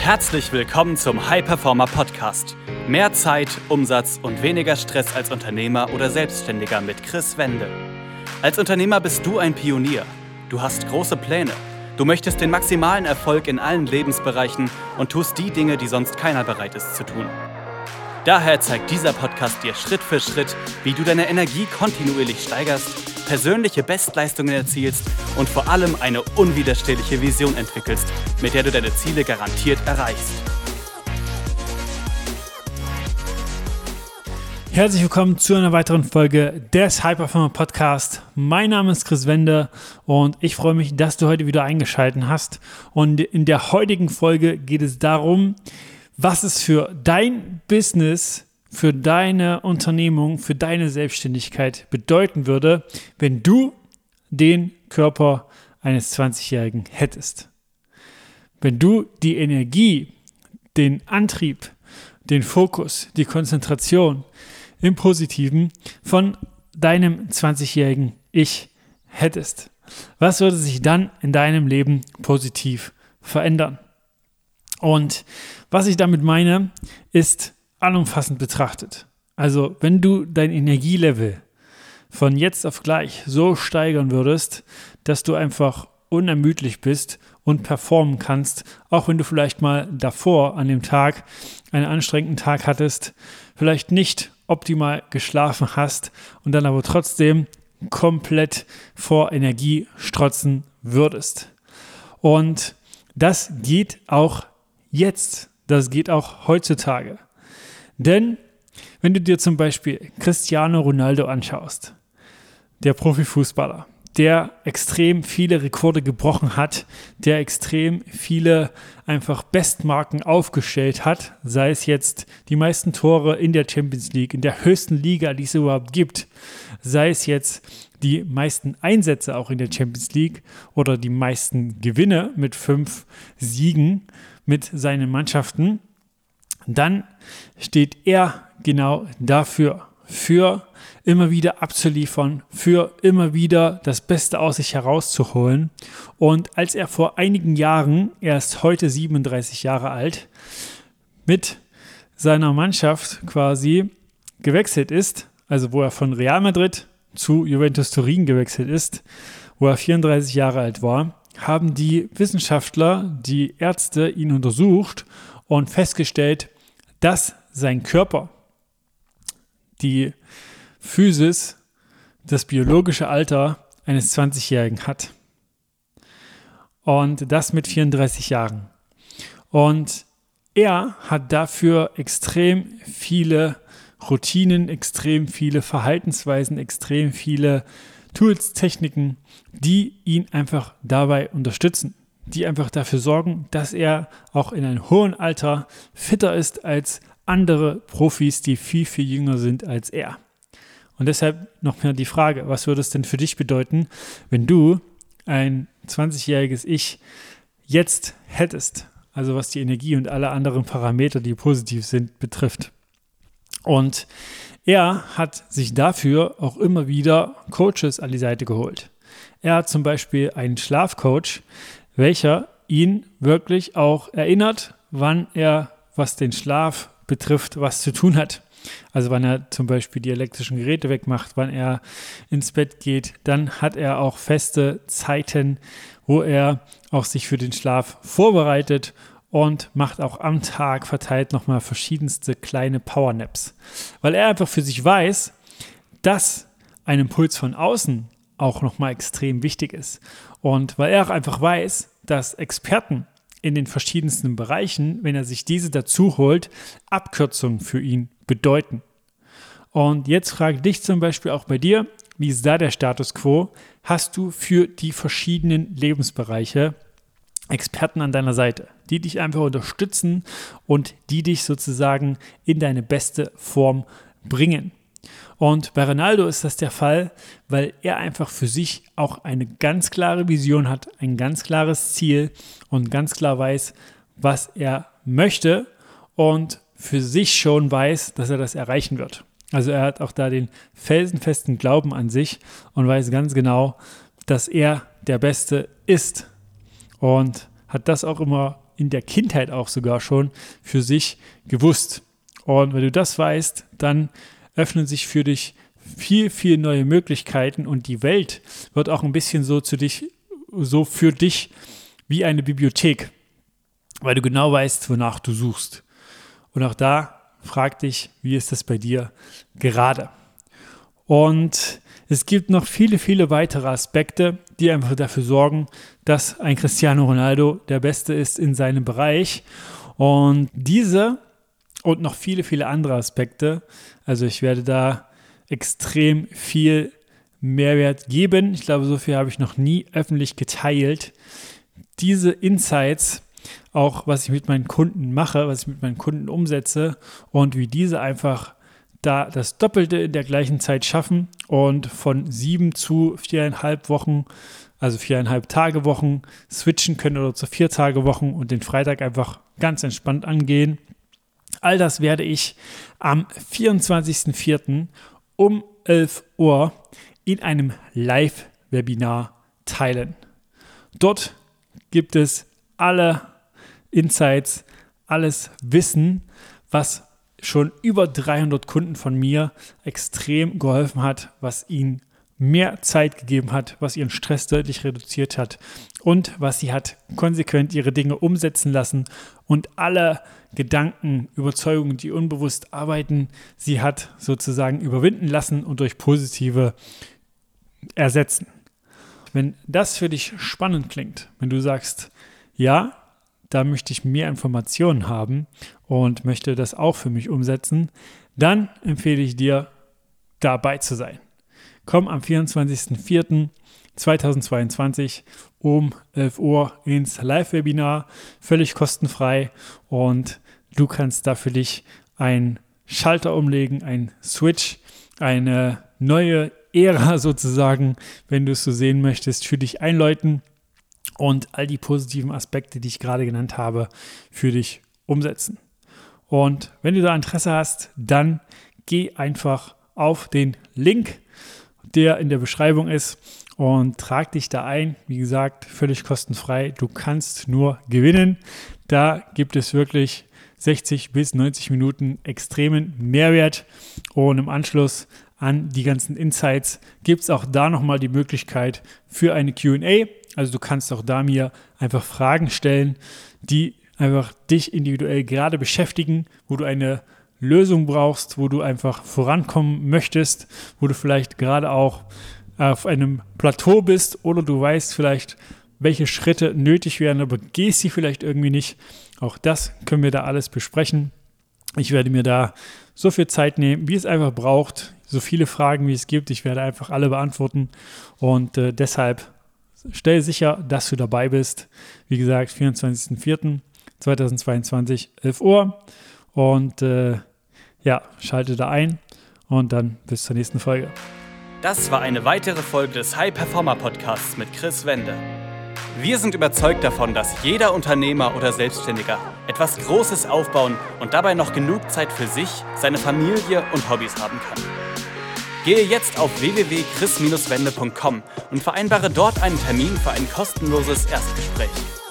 Herzlich willkommen zum High Performer Podcast. Mehr Zeit, Umsatz und weniger Stress als Unternehmer oder Selbstständiger mit Chris Wende. Als Unternehmer bist du ein Pionier. Du hast große Pläne. Du möchtest den maximalen Erfolg in allen Lebensbereichen und tust die Dinge, die sonst keiner bereit ist zu tun. Daher zeigt dieser Podcast dir Schritt für Schritt, wie du deine Energie kontinuierlich steigerst, persönliche Bestleistungen erzielst und vor allem eine unwiderstehliche Vision entwickelst, mit der du deine Ziele garantiert erreichst. Herzlich willkommen zu einer weiteren Folge des High Performer Podcast. Mein Name ist Chris Wende und ich freue mich, dass du heute wieder eingeschaltet hast. Und in der heutigen Folge geht es darum, was es für dein Business, für deine Unternehmung, für deine Selbstständigkeit bedeuten würde, wenn du den Körper eines 20-Jährigen hättest. Wenn du die Energie, den Antrieb, den Fokus, die Konzentration im Positiven von deinem 20-jährigen Ich hättest. Was würde sich dann in deinem Leben positiv verändern? Und was ich damit meine, ist allumfassend betrachtet. Also wenn du dein Energielevel von jetzt auf gleich so steigern würdest, dass du einfach unermüdlich bist und performen kannst, auch wenn du vielleicht mal davor an dem Tag einen anstrengenden Tag hattest, vielleicht nicht optimal geschlafen hast und dann aber trotzdem komplett vor Energie strotzen würdest. Und das geht auch jetzt, das geht auch heutzutage. Denn wenn du dir zum Beispiel Cristiano Ronaldo anschaust, der Profifußballer, der extrem viele Rekorde gebrochen hat, der extrem viele einfach Bestmarken aufgestellt hat, sei es jetzt die meisten Tore in der Champions League, in der höchsten Liga, die es überhaupt gibt, sei es jetzt die meisten Einsätze auch in der Champions League oder die meisten Gewinne mit 5 Siegen mit seinen Mannschaften, dann steht er genau dafür, für immer wieder abzuliefern, für immer wieder das Beste aus sich herauszuholen. Und als er vor einigen Jahren, er ist heute 37 Jahre alt, mit seiner Mannschaft quasi gewechselt ist, also wo er von Real Madrid zu Juventus Turin gewechselt ist, wo er 34 Jahre alt war, haben die Wissenschaftler, die Ärzte ihn untersucht und festgestellt, dass sein Körper, die Physis, das biologische Alter eines 20-Jährigen hat. Und das mit 34 Jahren. Und er hat dafür extrem viele Routinen, extrem viele Verhaltensweisen, extrem viele Tools, Techniken, die ihn einfach dabei unterstützen, die einfach dafür sorgen, dass er auch in einem hohen Alter fitter ist als andere Profis, die viel, viel jünger sind als er. Und deshalb noch mehr die Frage, was würde es denn für dich bedeuten, wenn du ein 20-jähriges Ich jetzt hättest, also was die Energie und alle anderen Parameter, die positiv sind, betrifft. Und er hat sich dafür auch immer wieder Coaches an die Seite geholt. Er hat zum Beispiel einen Schlafcoach, welcher ihn wirklich auch erinnert, wann er, was den Schlaf betrifft, was zu tun hat. Also wann er zum Beispiel die elektrischen Geräte wegmacht, wann er ins Bett geht, dann hat er auch feste Zeiten, wo er auch sich für den Schlaf vorbereitet und macht auch am Tag verteilt nochmal verschiedenste kleine Powernaps. Weil er einfach für sich weiß, dass ein Impuls von außen auch nochmal extrem wichtig ist. Und weil er auch einfach weiß, dass Experten in den verschiedensten Bereichen, wenn er sich diese dazu holt, Abkürzungen für ihn bedeuten. Und jetzt frage dich zum Beispiel auch bei dir, wie ist da der Status quo? Hast du für die verschiedenen Lebensbereiche Experten an deiner Seite, die dich einfach unterstützen und die dich sozusagen in deine beste Form bringen? Und bei Ronaldo ist das der Fall, weil er einfach für sich auch eine ganz klare Vision hat, ein ganz klares Ziel und ganz klar weiß, was er möchte und für sich schon weiß, dass er das erreichen wird. Also er hat auch da den felsenfesten Glauben an sich und weiß ganz genau, dass er der Beste ist und hat das auch immer in der Kindheit auch sogar schon für sich gewusst. Und wenn du das weißt, dann öffnen sich für dich viel, viel neue Möglichkeiten und die Welt wird auch ein bisschen so für dich wie eine Bibliothek, weil du genau weißt, wonach du suchst. Und auch da frag dich, wie ist das bei dir gerade? Und es gibt noch viele, viele weitere Aspekte, die einfach dafür sorgen, dass ein Cristiano Ronaldo der Beste ist in seinem Bereich. Und diese und noch viele, viele andere Aspekte, also ich werde da extrem viel Mehrwert geben. Ich glaube, so viel habe ich noch nie öffentlich geteilt. Diese Insights, auch was ich mit meinen Kunden mache, was ich mit meinen Kunden umsetze und wie diese einfach da das Doppelte in der gleichen Zeit schaffen und von 7 zu 4,5 Wochen, also 4,5 Tage Wochen switchen können oder zu 4 Tage Wochen und den Freitag einfach ganz entspannt angehen. All das werde ich am 24.04. um 11 Uhr in einem Live-Webinar teilen. Dort gibt es alle Insights, alles Wissen, was schon über 300 Kunden von mir extrem geholfen hat, was ihnen mehr Zeit gegeben hat, was ihren Stress deutlich reduziert hat und was sie hat konsequent ihre Dinge umsetzen lassen und alle Gedanken, Überzeugungen, die unbewusst arbeiten, sie hat sozusagen überwinden lassen und durch positive ersetzen. Wenn das für dich spannend klingt, wenn du sagst, ja, da möchte ich mehr Informationen haben und möchte das auch für mich umsetzen, dann empfehle ich dir, dabei zu sein. Komm am 24.04.2022 um 11 Uhr ins Live-Webinar, völlig kostenfrei und du kannst da für dich einen Schalter umlegen, einen Switch, eine neue Ära sozusagen, wenn du es so sehen möchtest, für dich einläuten und all die positiven Aspekte, die ich gerade genannt habe, für dich umsetzen. Und wenn du da Interesse hast, dann geh einfach auf den Link, der in der Beschreibung ist und trag dich da ein. Wie gesagt, völlig kostenfrei. Du kannst nur gewinnen. Da gibt es wirklich 60 bis 90 Minuten extremen Mehrwert und im Anschluss an die ganzen Insights gibt es auch da nochmal die Möglichkeit für eine Q&A. Also du kannst auch da mir einfach Fragen stellen, die einfach dich individuell gerade beschäftigen, wo du eine Lösung brauchst, wo du einfach vorankommen möchtest, wo du vielleicht gerade auch auf einem Plateau bist oder du weißt vielleicht, welche Schritte nötig wären, aber gehst sie vielleicht irgendwie nicht. Auch das können wir da alles besprechen. Ich werde mir da so viel Zeit nehmen, wie es einfach braucht, so viele Fragen, wie es gibt. Ich werde einfach alle beantworten und deshalb stell sicher, dass du dabei bist. Wie gesagt, 24.04.2022, 11 Uhr und schalte da ein und dann bis zur nächsten Folge. Das war eine weitere Folge des High Performer Podcasts mit Chris Wende. Wir sind überzeugt davon, dass jeder Unternehmer oder Selbstständiger etwas Großes aufbauen und dabei noch genug Zeit für sich, seine Familie und Hobbys haben kann. Gehe jetzt auf www.chris-wende.com und vereinbare dort einen Termin für ein kostenloses Erstgespräch.